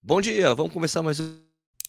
Bom dia, vamos começar mais um.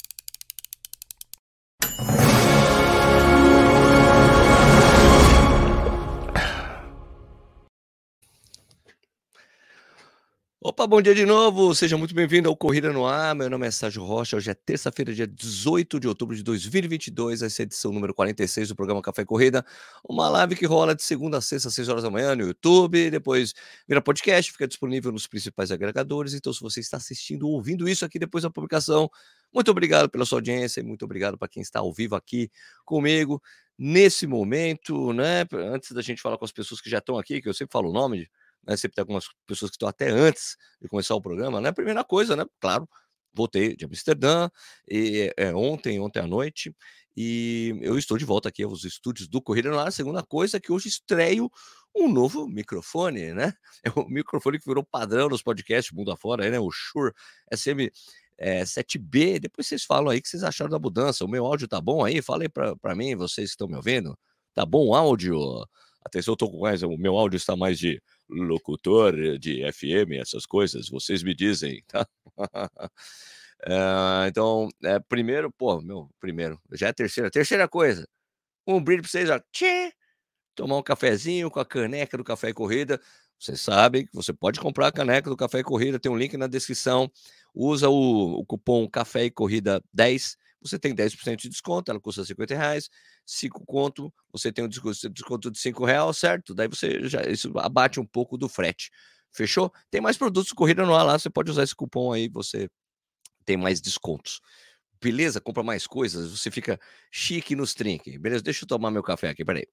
Opa, bom dia de novo, seja muito bem-vindo ao Corrida no Ar, meu nome é Sérgio Rocha, hoje é terça-feira, dia 18 de outubro de 2022, essa é a edição número 46 do programa Café e Corrida, uma live que rola de segunda a sexta às 6 horas da manhã no YouTube, depois vira podcast, fica disponível nos principais agregadores, então se você está assistindo ou ouvindo isso aqui depois da publicação, muito obrigado pela sua audiência e muito obrigado para quem está ao vivo aqui comigo, nesse momento, né, antes da gente falar com as pessoas que já estão aqui, que eu sempre falo o nome, né, sempre tem algumas pessoas que estão até antes de começar o programa, né, primeira coisa, né, claro, voltei de Amsterdã, e, ontem à noite, e eu estou de volta aqui aos estúdios do Corrida no Ar. A segunda coisa é que hoje estreio um novo microfone, né, é um microfone que virou padrão nos podcasts mundo afora aí, né, o Shure SM7B, depois vocês falam aí o que vocês acharam da mudança, o meu áudio tá bom aí? Fala aí pra mim, vocês que estão me ouvindo, tá bom o áudio? Atenção, eu tô com mais o meu áudio está mais de locutor de FM, essas coisas, vocês me dizem, tá? Então, primeiro, já é a terceira coisa, um brinde pra vocês, ó, tchim, tomar um cafezinho com a caneca do Café e Corrida. Vocês sabem que você pode comprar a caneca do Café e Corrida, tem um link na descrição. Usa o cupom Café e Corrida 10, você tem 10% de desconto, ela custa R$50. 5 conto, você tem um desconto de R$5, certo? Daí você já isso abate um pouco do frete. Fechou? Tem mais produtos Corrida no Ar lá, você pode usar esse cupom aí, você tem mais descontos. Beleza? Compra mais coisas, você fica chique nos trinques. Beleza? Deixa eu tomar meu café aqui, espera aí.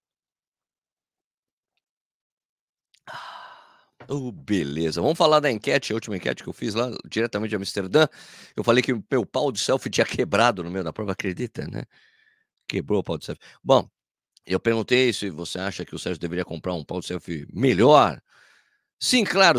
Beleza. Vamos falar da enquete, a última enquete que eu fiz lá diretamente de Amsterdã. Eu falei que o meu pau de selfie tinha quebrado no meio da prova, acredita, né? Quebrou o pau de selfie. Bom, eu perguntei se você acha que o Sérgio deveria comprar um pau de selfie melhor. Sim, claro,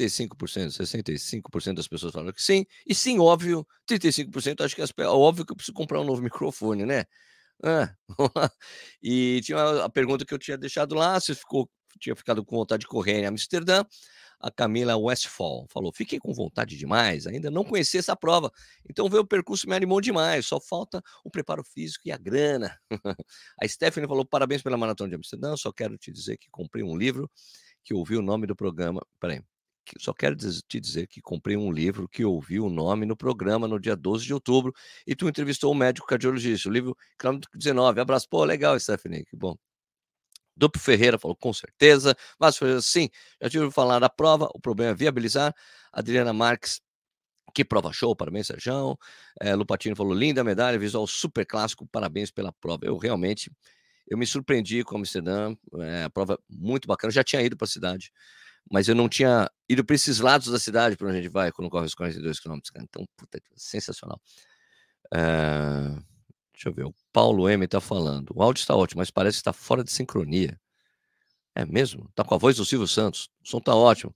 65% das pessoas falaram que sim. E sim, óbvio, 35% acho que óbvio que eu preciso comprar um novo microfone, né? É, e tinha a pergunta que eu tinha deixado lá, se tinha ficado com vontade de correr em Amsterdã. A Camila Westphal falou: "Fiquei com vontade demais, ainda não conhecia essa prova, então ver o percurso me animou demais, só falta o preparo físico e a grana". A Stephanie falou: "Parabéns pela maratona de Amsterdã, só quero te dizer que comprei um livro que ouvi o nome do programa". Espera aí, só quero te dizer que comprei um livro que ouvi o nome no programa no dia 12 de outubro e tu entrevistou um médico cardiologista, o livro quilômetro 19. Abraço. Pô, legal, Stephanie, que bom. Duplo Ferreira falou: "Com certeza". Márcio Ferreira: "Sim, já tive ouvido falar da prova, o problema é viabilizar". Adriana Marques: "Que prova show, parabéns, Serjão". Lupatino falou: "Linda medalha, visual super clássico, parabéns pela prova". Eu me surpreendi com Amsterdã, a prova muito bacana, eu já tinha ido para a cidade, mas eu não tinha ido para esses lados da cidade para onde a gente vai quando corre os 42 quilômetros, cara, então, puta, sensacional. Eh, Deixa eu ver, o Paulo M tá falando: "O áudio está ótimo, mas parece que está fora de sincronia". É mesmo? Tá com a voz do Silvio Santos, o som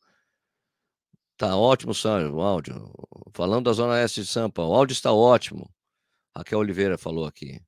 tá ótimo o áudio. Falando da zona oeste de Sampa, o áudio está ótimo. Raquel Oliveira falou aqui.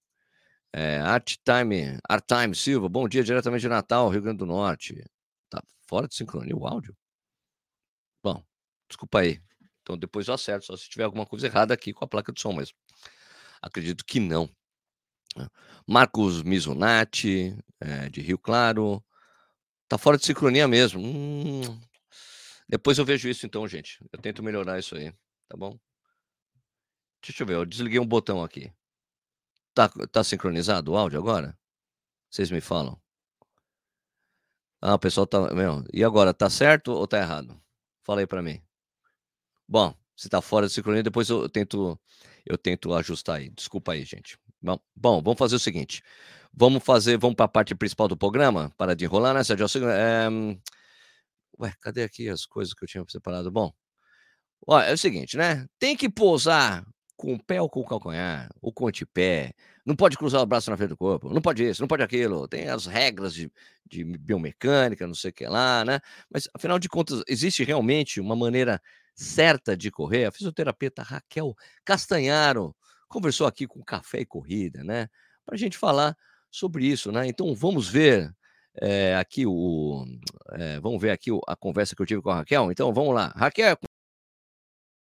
Artime Silva, bom dia, diretamente de Natal, Rio Grande do Norte. Tá fora de sincronia o áudio? Bom, desculpa aí. Então depois eu acerto, só se tiver alguma coisa errada aqui com a placa de som mesmo. Acredito que não, né. Marcos Mizunati, de Rio Claro, tá fora de sincronia mesmo. Depois eu vejo isso então, gente. Eu tento melhorar isso aí, tá bom? Deixa eu ver, eu desliguei um botão aqui. Tá sincronizado o áudio agora? Vocês me falam. Ah, o pessoal tá e agora, tá certo ou tá errado? Fala aí pra mim. Bom, se tá fora de sincronia, depois eu tento ajustar aí. Desculpa aí, gente. Bom, vamos fazer o seguinte, vamos pra parte principal do programa? Para de enrolar, né, Sérgio? Ué, cadê aqui as coisas que eu tinha separado? Bom, ó, é o seguinte, né, tem que pousar com o pé ou com o calcanhar, ou com o antepé, não pode cruzar o braço na frente do corpo, não pode isso, não pode aquilo, tem as regras de biomecânica, não sei o que lá, né, mas afinal de contas, existe realmente uma maneira certa de correr? A fisioterapeuta Raquel Castanharo conversou aqui com Café e Corrida, né, pra gente falar sobre isso, né, então vamos ver, aqui vamos ver aqui a conversa que eu tive com a Raquel? Então vamos lá, Raquel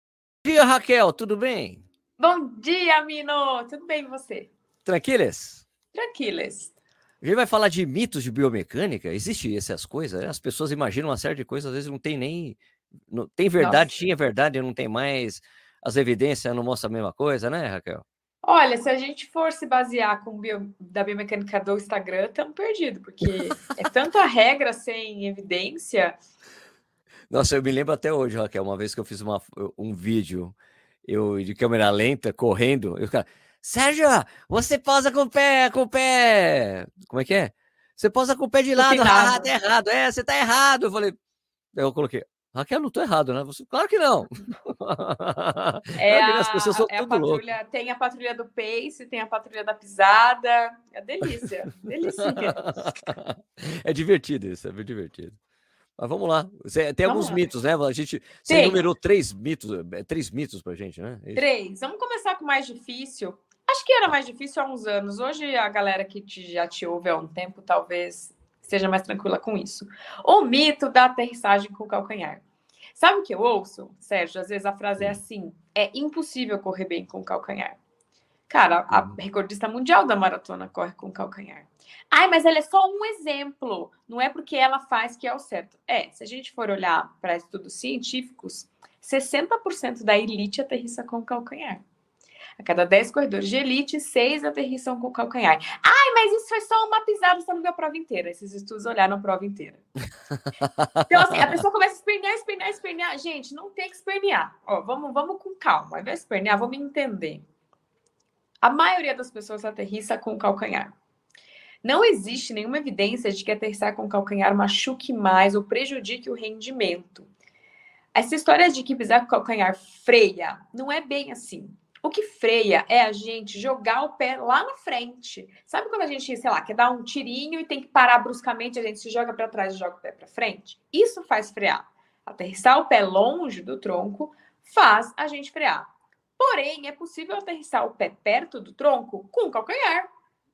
Dia, Raquel, tudo bem? Bom dia, Mino! Tudo bem e você? Tranquilas? Tranquilas. A gente vai falar de mitos de biomecânica? Existem essas coisas, né? As pessoas imaginam uma série de coisas, às vezes não tem nem... Não, tem verdade, Nossa. tinha verdade, não tem mais. As evidências não mostram a mesma coisa, né, Raquel? Olha, se a gente for se basear da biomecânica do Instagram, estamos perdidos, porque é tanta regra sem evidência. Nossa, eu me lembro até hoje, Raquel, uma vez que eu fiz um vídeo de câmera lenta, correndo, e o cara, Sérgio, você posa com o pé, como é que é? Você posa com o pé de lado, haha, tá Supinado. errado, você tá errado. Eu falei, eu coloquei, Raquel, não tô errado, né? Você, claro que não. É Claro que não, as pessoas a, são é a tudo loucas. patrulha, tem a patrulha do pace, tem a patrulha da pisada. É delícia, delicinha. É divertido isso, é bem divertido. Mas vamos lá. Tem Vamos alguns lá. mitos, né? Você Tem enumerou três mitos pra gente, né? É isso. 3. Vamos começar com o mais difícil. Acho que era mais difícil há uns anos. Hoje a galera que já te ouve há um tempo talvez seja mais tranquila com isso. O mito da aterrissagem com o calcanhar. Sabe o que eu ouço, Sérgio? Às vezes a frase é assim: é impossível correr bem com o calcanhar. Cara, a Uhum. recordista mundial da maratona corre com o calcanhar. Ai, mas ela é só um exemplo. Não é porque ela faz que é o certo. Se a gente for olhar para estudos científicos, 60% da elite aterrissa com o calcanhar. A cada 10 corredores de elite, 6 aterrissam com o calcanhar. Ai, mas isso foi só uma pisada, você não viu a prova inteira. Esses estudos olharam a prova inteira. Então, assim, a pessoa começa a espernear, espernear, espernear. Gente, não tem que espernear. Ó, vamos com calma. Ao invés de espernear, vamos entender. A maioria das pessoas aterrissa com o calcanhar. Não existe nenhuma evidência de que aterrissar com o calcanhar machuque mais ou prejudique o rendimento. Essa história de que pisar com o calcanhar freia, não é bem assim. O que freia é a gente jogar o pé lá na frente. Sabe quando a gente, sei lá, quer dar um tirinho e tem que parar bruscamente, a gente se joga para trás e joga o pé para frente? Isso faz frear. Aterrissar o pé longe do tronco faz a gente frear. Porém, é possível aterrissar o pé perto do tronco com o calcanhar.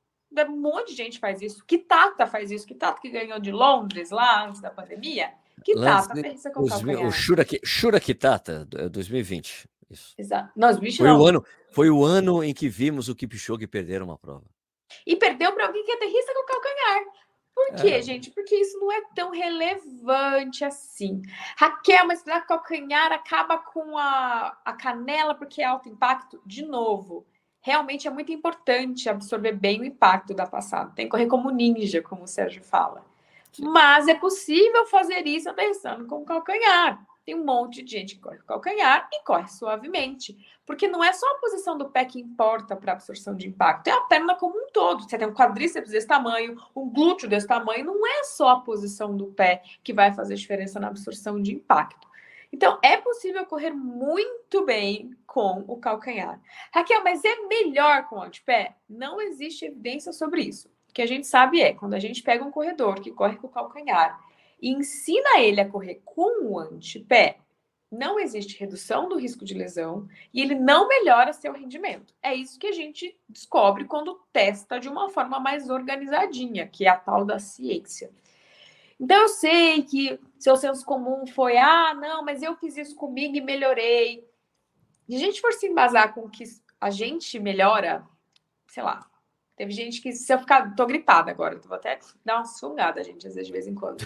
Um monte de gente faz isso. Kitata faz isso. Kitata que ganhou de Londres lá antes da pandemia. Lance Kitata aterrissa com o o calcanhar. Shura Kitata, 2020. Isso. Exato. Não, os bichos Foi o não. ano, foi o ano em que vimos o Kipchoge perder uma prova. E perdeu para alguém que aterrissa com o calcanhar. Por quê, É, gente? Porque isso não é tão relevante assim. Raquel, mas será que o calcanhar acaba com a canela porque é alto impacto? De novo, realmente é muito importante absorver bem o impacto da passada. Tem que correr como ninja, como o Sérgio fala. sim. Mas é possível fazer isso aterrissando com o calcanhar. Tem um monte de gente que corre com o calcanhar e corre suavemente. Porque não é só a posição do pé que importa para a absorção de impacto, é a perna como um todo. Você tem um quadríceps desse tamanho, um glúteo desse tamanho, não é só a posição do pé que vai fazer diferença na absorção de impacto. Então, é possível correr muito bem com o calcanhar. Raquel, mas é melhor com o antepé? Não existe evidência sobre isso. O que a gente sabe é, quando a gente pega um corredor que corre com o calcanhar e ensina ele a correr com o antepé, não existe redução do risco de lesão e ele não melhora seu rendimento. É isso que a gente descobre quando testa de uma forma mais organizadinha, que é a tal da ciência. Então, eu sei que seu senso comum foi, não, mas eu fiz isso comigo e melhorei. Se a gente for se embasar com o que a gente melhora, sei lá, teve gente que, se eu ficar, tô gripada agora, vou até dar uma sugada, gente, às vezes, de vez em quando.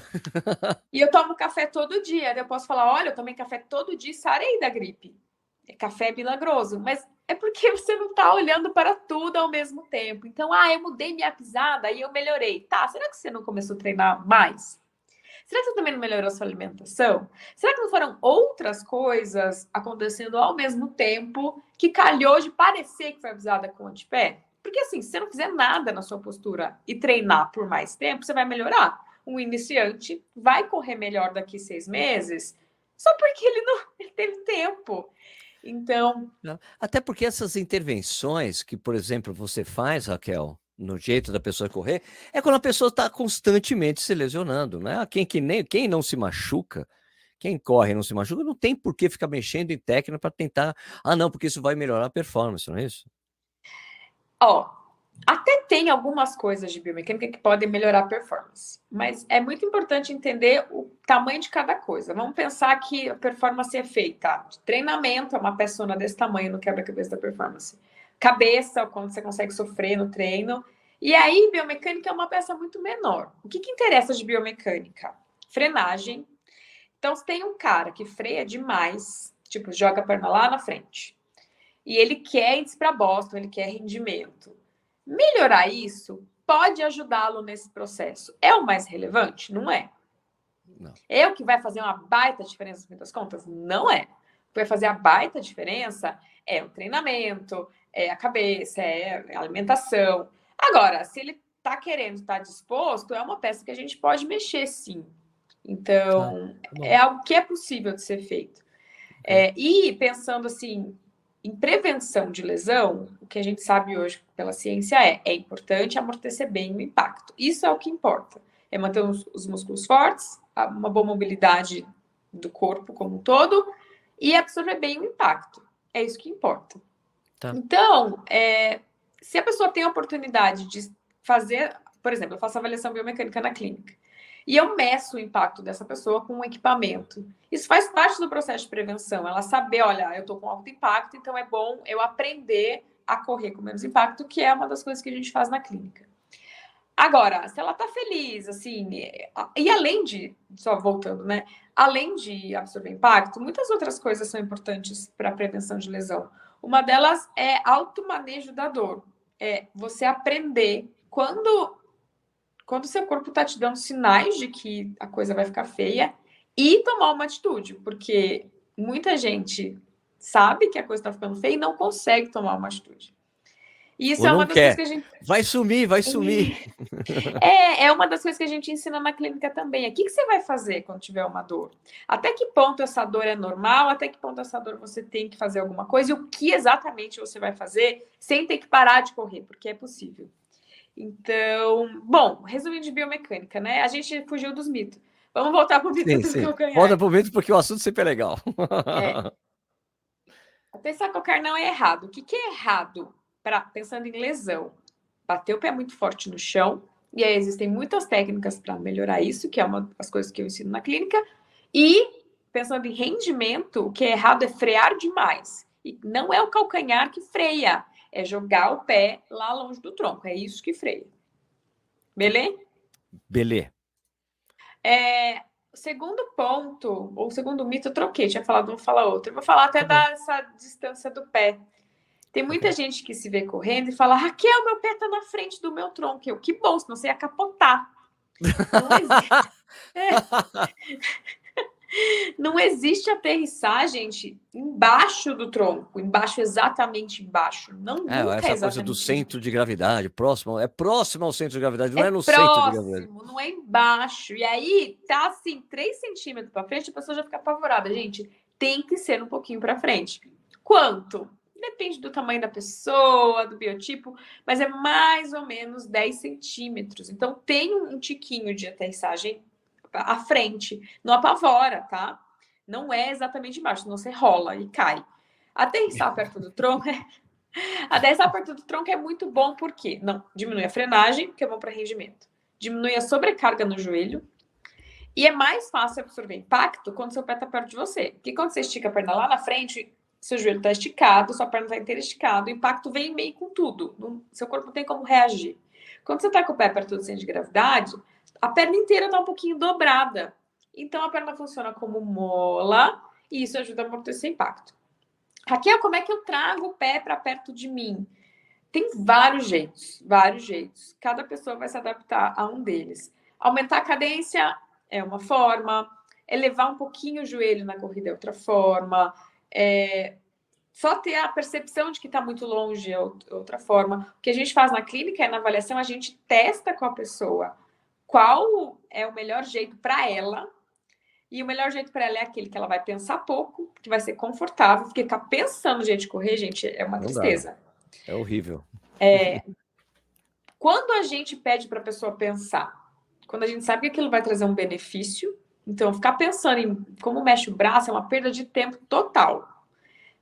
E eu tomo café todo dia, eu posso falar, olha, eu tomei café todo dia e sarei da gripe. Café é milagroso, mas é porque você não tá olhando para tudo ao mesmo tempo. Então, eu mudei minha pisada e eu melhorei. Tá, será que você não começou a treinar mais? Será que você também não melhorou a sua alimentação? Será que não foram outras coisas acontecendo ao mesmo tempo que calhou de parecer que foi pisada com o antepé? Porque assim, se você não fizer nada na sua postura e treinar por mais tempo, você vai melhorar. Um iniciante vai correr melhor daqui 6 meses só porque ele teve tempo. Então, Até porque essas intervenções que, por exemplo, você faz, Raquel, no jeito da pessoa correr, é quando a pessoa está constantemente se lesionando, né? Quem não se machuca, quem corre e não se machuca, não tem por que ficar mexendo em técnica para tentar. Ah, não, porque isso vai melhorar a performance, não é isso? ó, Até tem algumas coisas de biomecânica que podem melhorar a performance, mas é muito importante entender o tamanho de cada coisa. Vamos pensar que a performance é feita de treinamento, é uma peçona desse tamanho no quebra-cabeça da performance. Cabeça, quando você consegue sofrer no treino. E aí, biomecânica é uma peça muito menor. O que interessa de biomecânica? Frenagem. Então, se tem um cara que freia demais, tipo, joga a perna lá na frente, e ele quer índice para Boston, ele quer rendimento. Melhorar isso pode ajudá-lo nesse processo. É o mais relevante? Não é. Não. É o que vai fazer uma baita diferença, no fim das contas? Não é. O que vai fazer a baita diferença é o treinamento, é a cabeça, é a alimentação. Agora, se ele está querendo, está disposto, é uma peça que a gente pode mexer, sim. Então, é algo que é possível de ser feito. E pensando assim, em prevenção de lesão, o que a gente sabe hoje pela ciência é importante amortecer bem o impacto. Isso é o que importa. É manter os músculos fortes, uma boa mobilidade do corpo como um todo e absorver bem o impacto. É isso que importa. Tá. Então, se a pessoa tem a oportunidade de fazer, por exemplo, eu faço avaliação biomecânica na clínica, e eu meço o impacto dessa pessoa com um equipamento. Isso faz parte do processo de prevenção. Ela saber, olha, eu estou com alto impacto, então é bom eu aprender a correr com menos impacto, que é uma das coisas que a gente faz na clínica. Agora, se ela está feliz, assim, e além de, só voltando, né? Além de absorver impacto, muitas outras coisas são importantes para a prevenção de lesão. Uma delas é automanejo da dor. É você aprender quando o seu corpo está te dando sinais de que a coisa vai ficar feia e tomar uma atitude, porque muita gente sabe que a coisa está ficando feia e não consegue tomar uma atitude. E isso é uma das coisas que a gente... Vai sumir. É uma das coisas que a gente ensina na clínica também. O que você vai fazer quando tiver uma dor? Até que ponto essa dor é normal? Até que ponto essa dor você tem que fazer alguma coisa? E o que exatamente você vai fazer sem ter que parar de correr? Porque é possível. Então, bom, resumindo de biomecânica, né? A gente fugiu dos mitos. Vamos voltar para o mito do calcanhar. Volta para o mito porque o assunto sempre é legal. Pensar calcanhar não é errado. O que é errado? Pensando em lesão, bater o pé muito forte no chão, e aí existem muitas técnicas para melhorar isso, que é uma das coisas que eu ensino na clínica, e pensando em rendimento, o que é errado é frear demais. E não é o calcanhar que freia, é jogar o pé lá longe do tronco. É isso que freia. Beleza? Beleza. O segundo ponto, ou o segundo mito, eu troquei. Tinha falado um, vou falar outro. Eu vou falar até dessa distância do pé. Tem muita gente que se vê correndo e fala, Raquel, meu pé tá na frente do meu tronco. Eu, que bom, senão você ia capotar. Não existe aterrissagem, gente, embaixo do tronco, embaixo, exatamente embaixo. Nunca essa coisa do centro de gravidade, próximo ao centro de gravidade, não é no próximo, centro de gravidade. Não é embaixo. E aí, tá assim, 3 centímetros para frente, a pessoa já fica apavorada. Gente, tem que ser um pouquinho para frente. Quanto? Depende do tamanho da pessoa, do biotipo, mas é mais ou menos 10 centímetros. Então, tem um tiquinho de aterrissagem à frente. Não apavora, tá? Não é exatamente embaixo, senão você rola e cai. Aterrissar perto do tronco aterrissar perto do tronco é muito bom, porque não diminui a frenagem, que é bom para rendimento. Diminui a sobrecarga no joelho. E é mais fácil absorver impacto quando seu pé está perto de você. Porque quando você estica a perna lá na frente, seu joelho está esticado, sua perna está inteira esticada, o impacto vem meio com tudo. Seu corpo não tem como reagir. Quando você está com o pé perto do centro de gravidade, a perna inteira está um pouquinho dobrada. Então, a perna funciona como mola e isso ajuda a amortecer o impacto. Raquel, como é que eu trago o pé para perto de mim? Tem vários jeitos. Cada pessoa vai se adaptar a um deles. Aumentar a cadência é uma forma, elevar um pouquinho o joelho na corrida é outra forma, só ter a percepção de que está muito longe é outra forma. O que a gente faz na clínica, na avaliação, a gente testa com a pessoa qual é o melhor jeito para ela, e o melhor jeito para ela é aquele que ela vai pensar pouco, que vai ser confortável, porque ficar pensando no jeito de correr, gente, é uma tristeza. É horrível. Quando a gente pede para a pessoa pensar, quando a gente sabe que aquilo vai trazer um benefício, então ficar pensando em como mexe o braço é uma perda de tempo total.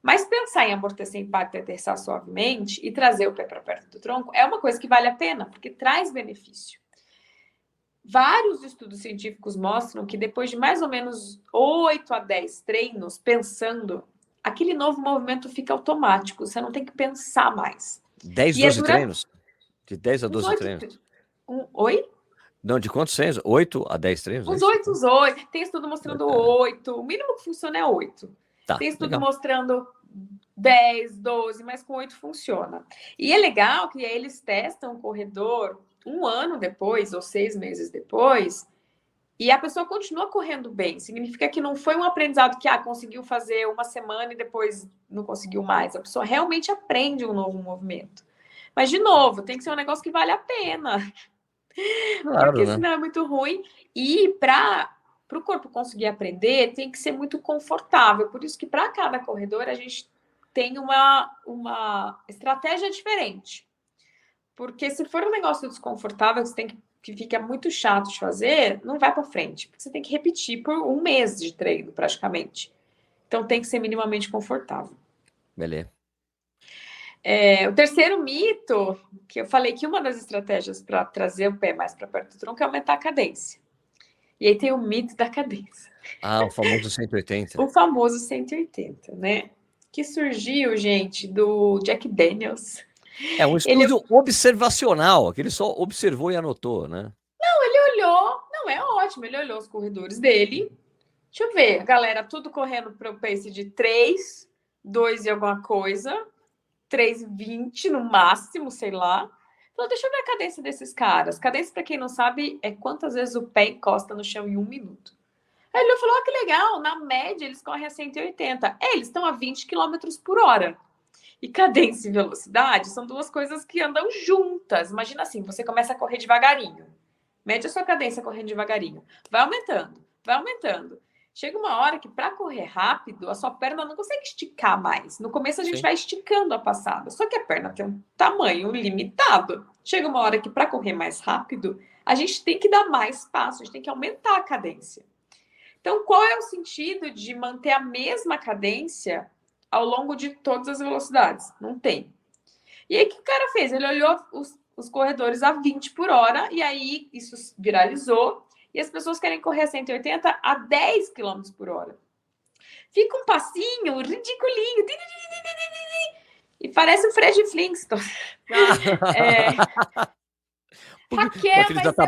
Mas pensar em amortecer impacto e aterrissar suavemente e trazer o pé para perto do tronco é uma coisa que vale a pena, porque traz benefício. Vários estudos científicos mostram que depois de mais ou menos 8 a 10 treinos pensando, aquele novo movimento fica automático, você não tem que pensar mais. 10, 12 treinos? De 10 a 12 treinos? Oi? Não, de quantos treinos? 8 a 10 treinos? Uns 8. Tem estudo mostrando 8. O mínimo que funciona é 8. Tá, tem estudo legal. Mostrando 10, 12, mas com 8 funciona. E é legal que aí eles testam o corredor 1 ano depois ou 6 meses depois e a pessoa continua correndo bem. Significa que não foi um aprendizado que conseguiu fazer 1 semana e depois não conseguiu mais. A pessoa realmente aprende um novo movimento. Mas, de novo, tem que ser um negócio que vale a pena. Claro, porque né? senão é muito ruim. E para o corpo conseguir aprender, tem que ser muito confortável. Por isso que para cada corredor a gente tem uma estratégia diferente. Porque se for um negócio desconfortável, que fica muito chato de fazer, não vai para frente. Porque você tem que repetir por 1 mês de treino, praticamente. Então tem que ser minimamente confortável. Beleza. O terceiro mito, que eu falei que uma das estratégias para trazer o pé mais para perto do tronco é aumentar a cadência. E aí tem o mito da cadência. O famoso 180. O famoso 180, né? Que surgiu, gente, do Jack Daniels. É um estudo observacional, que ele só observou e anotou, né? Não, ele olhou. Não, é ótimo. Ele olhou os corredores dele. Deixa eu ver. A galera tudo correndo para o pace de 3, 2 e alguma coisa. 3,20 no máximo, sei lá. Falou, deixa eu ver a cadência desses caras. Cadência, para quem não sabe, é quantas vezes o pé encosta no chão em 1 minuto. Aí ele falou, que legal, na média eles correm a 180. Eles estão a 20 km por hora. E cadência e velocidade são duas coisas que andam juntas. Imagina assim, você começa a correr devagarinho. Mede a sua cadência correndo devagarinho. Vai aumentando, vai aumentando. Chega uma hora que, para correr rápido, a sua perna não consegue esticar mais. No começo, a gente vai esticando a passada. Só que a perna tem um tamanho limitado. Chega uma hora que, para correr mais rápido, a gente tem que dar mais passo, a gente tem que aumentar a cadência. Então, qual é o sentido de manter a mesma cadência ao longo de todas as velocidades? Não tem. E aí, o que o cara fez? Ele olhou os corredores a 20 por hora, e aí isso viralizou. E as pessoas querem correr a 180 a 10 km por hora. Fica um passinho ridiculinho. E parece o Fred Flintstone. Raquel, mas eu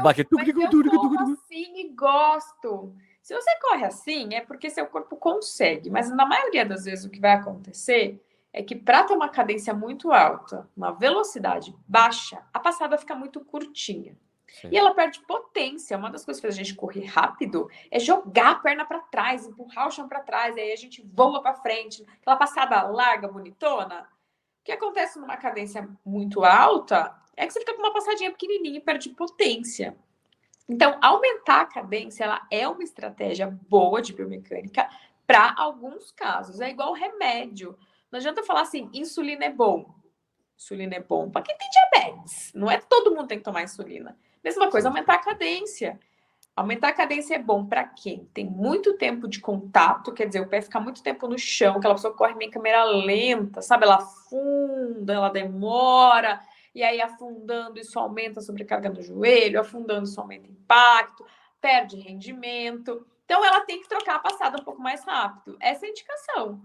corro assim e gosto. Se você corre assim, é porque seu corpo consegue. Mas na maioria das vezes o que vai acontecer é que para ter uma cadência muito alta, uma velocidade baixa, a passada fica muito curtinha. Sim. E ela perde potência. Uma das coisas que faz a gente correr rápido é jogar a perna para trás, empurrar o chão para trás, aí a gente voa para frente. Aquela passada larga, bonitona. O que acontece numa cadência muito alta é que você fica com uma passadinha pequenininha e perde potência. Então, aumentar a cadência, ela é uma estratégia boa de biomecânica para alguns casos. É igual remédio. Não adianta falar assim, insulina é bom. Insulina é bom para quem tem diabetes. Não é todo mundo tem que tomar insulina. Mesma coisa, aumentar a cadência. Aumentar a cadência é bom para quem tem muito tempo de contato, quer dizer, o pé fica muito tempo no chão, aquela pessoa que corre meio em câmera lenta, sabe? Ela afunda, ela demora, e aí afundando isso aumenta a sobrecarga no joelho, afundando isso aumenta o impacto, perde rendimento. Então, ela tem que trocar a passada um pouco mais rápido. Essa é a indicação.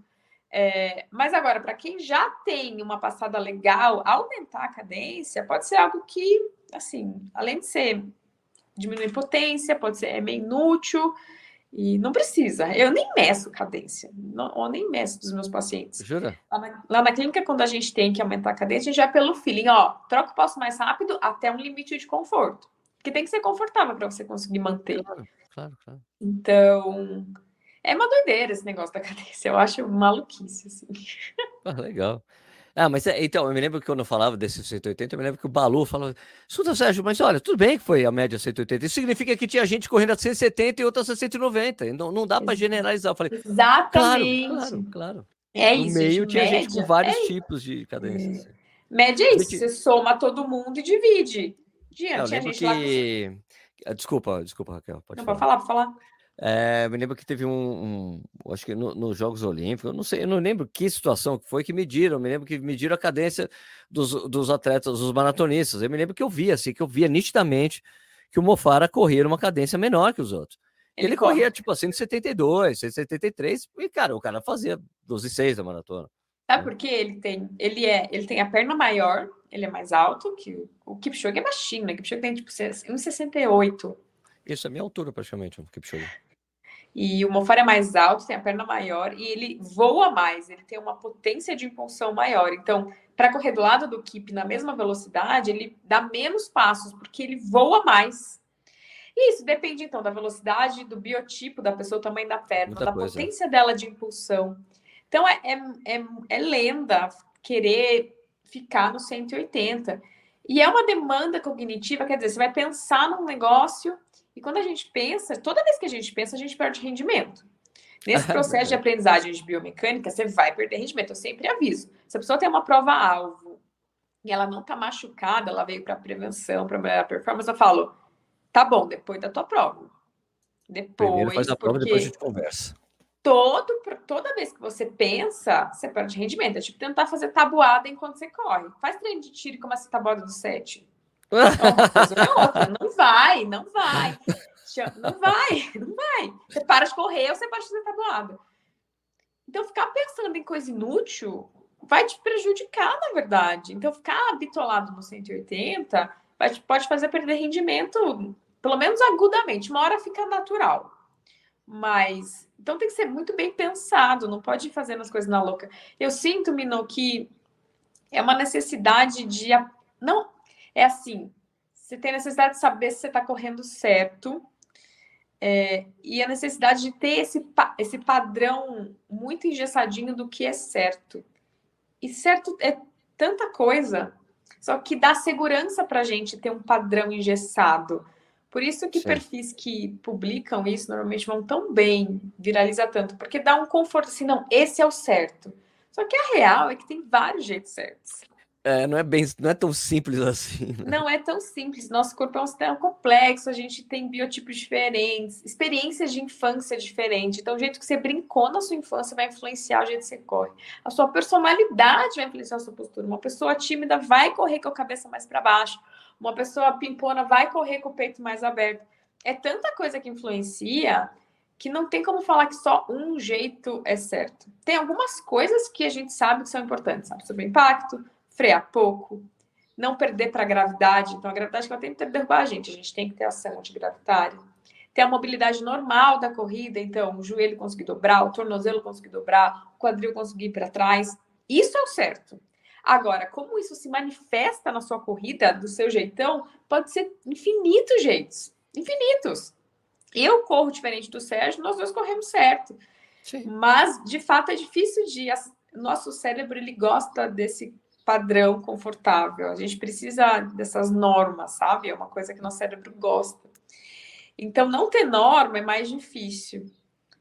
Mas agora, para quem já tem uma passada legal, aumentar a cadência pode ser algo que, assim, além de ser diminuir potência, pode ser meio inútil e não precisa. Eu nem meço cadência, eu nem meço dos meus pacientes. Jura? Lá na clínica, quando a gente tem que aumentar a cadência, a gente vai pelo feeling, troca o passo mais rápido até um limite de conforto. Porque tem que ser confortável para você conseguir manter. Claro. Então, é uma doideira esse negócio da cadência. Eu acho maluquice, assim. Legal. Mas então, eu me lembro que quando eu falava desse 180, eu me lembro que o Balu falou, escuta, Sérgio, mas olha, tudo bem que foi a média 180, isso significa que tinha gente correndo a 170 e outras a 190, não dá para generalizar. Eu falei, exatamente. Claro. É no isso, meio gente, tinha média, gente com vários tipos de cadência. Média é isso, você soma todo mundo e divide. Eu lembro gente que... Desculpa, Raquel, pode falar. Pode falar. Me lembro que teve acho que nos Jogos Olímpicos, eu não lembro que situação que foi que mediram. Me lembro que mediram a cadência dos atletas, dos maratonistas. Eu me lembro que eu via, assim, que eu via nitidamente que o Mo Farah corria numa cadência menor que os outros. Ele corria, tipo, 172, 173, e, cara, o cara fazia 12,6 da maratona. Sabe por quê? Ele tem a perna maior, ele é mais alto que o Kipchoge é baixinho, né? O Kipchoge tem, tipo, 1,68. Isso é a minha altura, praticamente, o Kipchoge. E o Mo Farah é mais alto, tem a perna maior e ele voa mais, ele tem uma potência de impulsão maior. Então, para correr do lado do Kip na mesma velocidade, ele dá menos passos, porque ele voa mais. E isso depende, então, da velocidade, do biotipo da pessoa, o tamanho da perna, da potência dela de impulsão. Então, é lenda querer ficar no 180. E é uma demanda cognitiva, quer dizer, você vai pensar num negócio e quando a gente pensa, toda vez que a gente perde rendimento. Nesse processo de aprendizagem de biomecânica, você vai perder rendimento. Eu sempre aviso. Se a pessoa tem uma prova-alvo e ela não está machucada, ela veio para prevenção, para melhorar a performance, eu falo, tá bom, depois da tua prova. Primeiro faz a prova, depois a gente conversa. Toda vez que você pensa, você perde rendimento. É tipo tentar fazer tabuada enquanto você corre. Faz treino de tiro e começa a tabuada do 7. Uma coisa ou é outra. Não vai. Não vai. Você para de correr ou você para de fazer tabuada. Então, ficar pensando em coisa inútil vai te prejudicar, na verdade. Então, ficar bitolado no 180 pode fazer perder rendimento, pelo menos agudamente. Uma hora fica natural. Mas, então tem que ser muito bem pensado, não pode ir fazendo as coisas na louca. Eu sinto, Mino, que é uma necessidade de... Não, é assim, você tem necessidade de saber se você está correndo certo, e a necessidade de ter esse padrão muito engessadinho do que é certo. E certo é tanta coisa, só que dá segurança para a gente ter um padrão engessado. Por isso que perfis que publicam isso normalmente vão tão bem, viraliza tanto, porque dá um conforto assim, não, esse é o certo. Só que a real é que tem vários jeitos certos. Não é tão simples assim. Né? Não é tão simples. Nosso corpo é um sistema complexo, a gente tem biotipos diferentes, experiências de infância diferentes. Então, o jeito que você brincou na sua infância vai influenciar o jeito que você corre. A sua personalidade vai influenciar a sua postura. Uma pessoa tímida vai correr com a cabeça mais para baixo. Uma pessoa pimpona vai correr com o peito mais aberto. É tanta coisa que influencia que não tem como falar que só um jeito é certo. Tem algumas coisas que a gente sabe que são importantes, sabe? Sobre o impacto, frear pouco, não perder para a gravidade. Então, a gravidade ela tem que derrubar a gente tem que ter ação antigravitária. Ter a mobilidade normal da corrida, então, o joelho conseguir dobrar, o tornozelo conseguir dobrar, o quadril conseguir ir para trás. Isso é o certo. Agora, como isso se manifesta na sua corrida, do seu jeitão, pode ser infinitos jeitos. Infinitos. Eu corro diferente do Sérgio, nós dois corremos certo. Sim. Mas, de fato, é difícil de... Nosso cérebro, ele gosta desse padrão confortável. A gente precisa dessas normas, sabe? É uma coisa que nosso cérebro gosta. Então, não ter norma é mais difícil.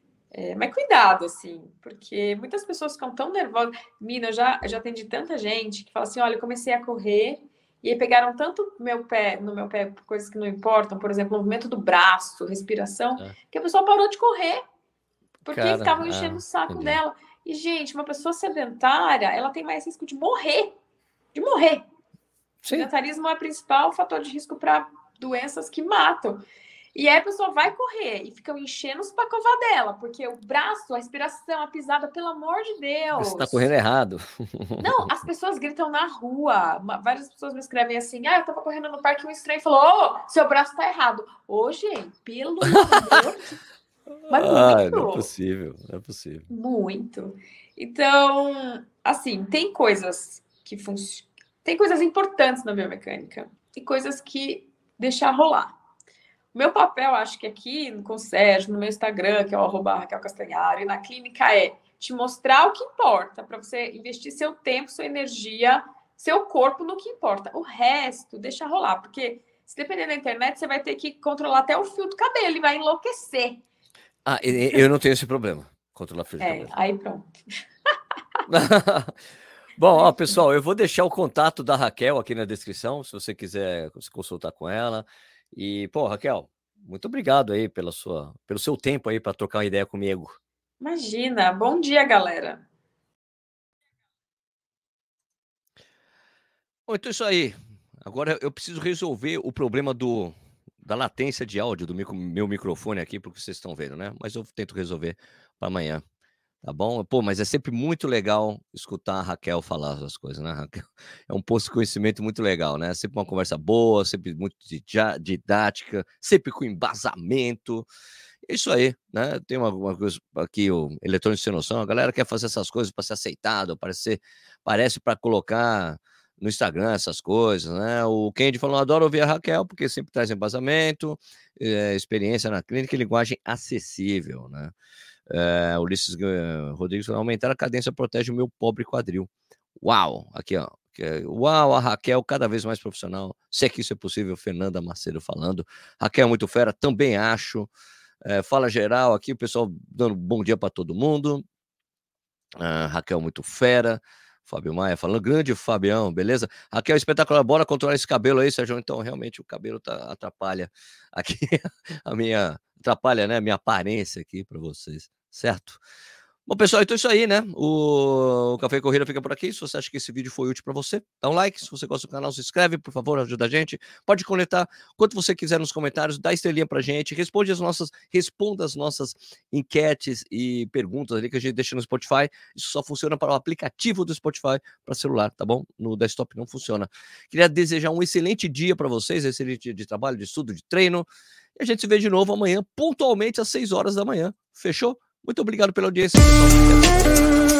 Mas cuidado, assim, porque muitas pessoas ficam tão nervosas. Mina, eu já atendi tanta gente que fala assim, olha, eu comecei a correr e aí pegaram tanto no meu pé, coisas que não importam, por exemplo, o movimento do braço, respiração, que a pessoa parou de correr, porque estavam enchendo o saco dela. E, gente, uma pessoa sedentária, ela tem mais risco de morrer. De morrer. Sim. O sedentarismo é o principal fator de risco para doenças que matam. E aí a pessoa vai correr e ficam enchendo os pacová dela, porque o braço, a respiração, a pisada, pelo amor de Deus. Você está correndo errado. Não, as pessoas gritam na rua. Várias pessoas me escrevem assim, eu tava correndo no parque e um estranho falou, seu braço tá errado. Gente, pelo amor de... Mas muito. Não é possível, não é possível. Muito. Então, assim, tem coisas que funcionam. Tem coisas importantes na biomecânica e coisas que deixar rolar. O meu papel, acho que aqui com o Sérgio, no meu Instagram, que é o @RaquelCastanharo, e na clínica é te mostrar o que importa, para você investir seu tempo, sua energia, seu corpo no que importa. O resto, deixa rolar, porque se depender da internet, você vai ter que controlar até o fio do cabelo e vai enlouquecer. Eu não tenho esse problema, controlar fio do cabelo. Aí pronto. Bom, pessoal, eu vou deixar o contato da Raquel aqui na descrição, se você quiser se consultar com ela. E, Raquel, Muito obrigado aí pelo seu tempo aí para trocar uma ideia comigo. Imagina. Bom dia, galera. Bom, então é isso aí. Agora eu preciso resolver o problema da latência de áudio do meu microfone aqui, porque vocês estão vendo, né? Mas eu tento resolver para amanhã, tá bom? Pô, mas é sempre muito legal escutar a Raquel falar as coisas, né, Raquel? É um posto de conhecimento muito legal, né? Sempre uma conversa boa, sempre muito didática, sempre com embasamento. É isso aí, né? Tem uma coisa aqui, o Eletrônico Sem Noção, a galera quer fazer essas coisas para ser aceitado, parece para colocar no Instagram essas coisas, né? O Kendi falou: adoro ouvir a Raquel, porque sempre traz embasamento, experiência na clínica e linguagem acessível, né? Ulisses Rodrigues falou: aumentar a cadência protege o meu pobre quadril. Uau! Aqui, ó. Uau, a Raquel cada vez mais profissional. Se é que isso é possível, Fernanda Macedo falando. Raquel é muito fera, também acho. Fala geral aqui, o pessoal dando bom dia para todo mundo. Raquel muito fera. Fábio Maia falando, grande Fabião, beleza? Raquel, espetacular, bora controlar esse cabelo aí, Sérgio. Então, realmente, o cabelo atrapalha aqui atrapalha, né, a minha aparência aqui para vocês, certo? Bom, pessoal, então é isso aí, né? O Café e Corrida fica por aqui. Se você acha que esse vídeo foi útil para você, dá um like. Se você gosta do canal, se inscreve, por favor, ajuda a gente. Pode conectar quanto você quiser nos comentários, dá estrelinha pra gente, responda as nossas enquetes e perguntas ali que a gente deixa no Spotify. Isso só funciona para o aplicativo do Spotify para celular, tá bom? No desktop não funciona. Queria desejar um excelente dia para vocês, excelente dia de trabalho, de estudo, de treino. E a gente se vê de novo amanhã, pontualmente às 6 horas da manhã. Fechou? Muito obrigado pela audiência, pessoal.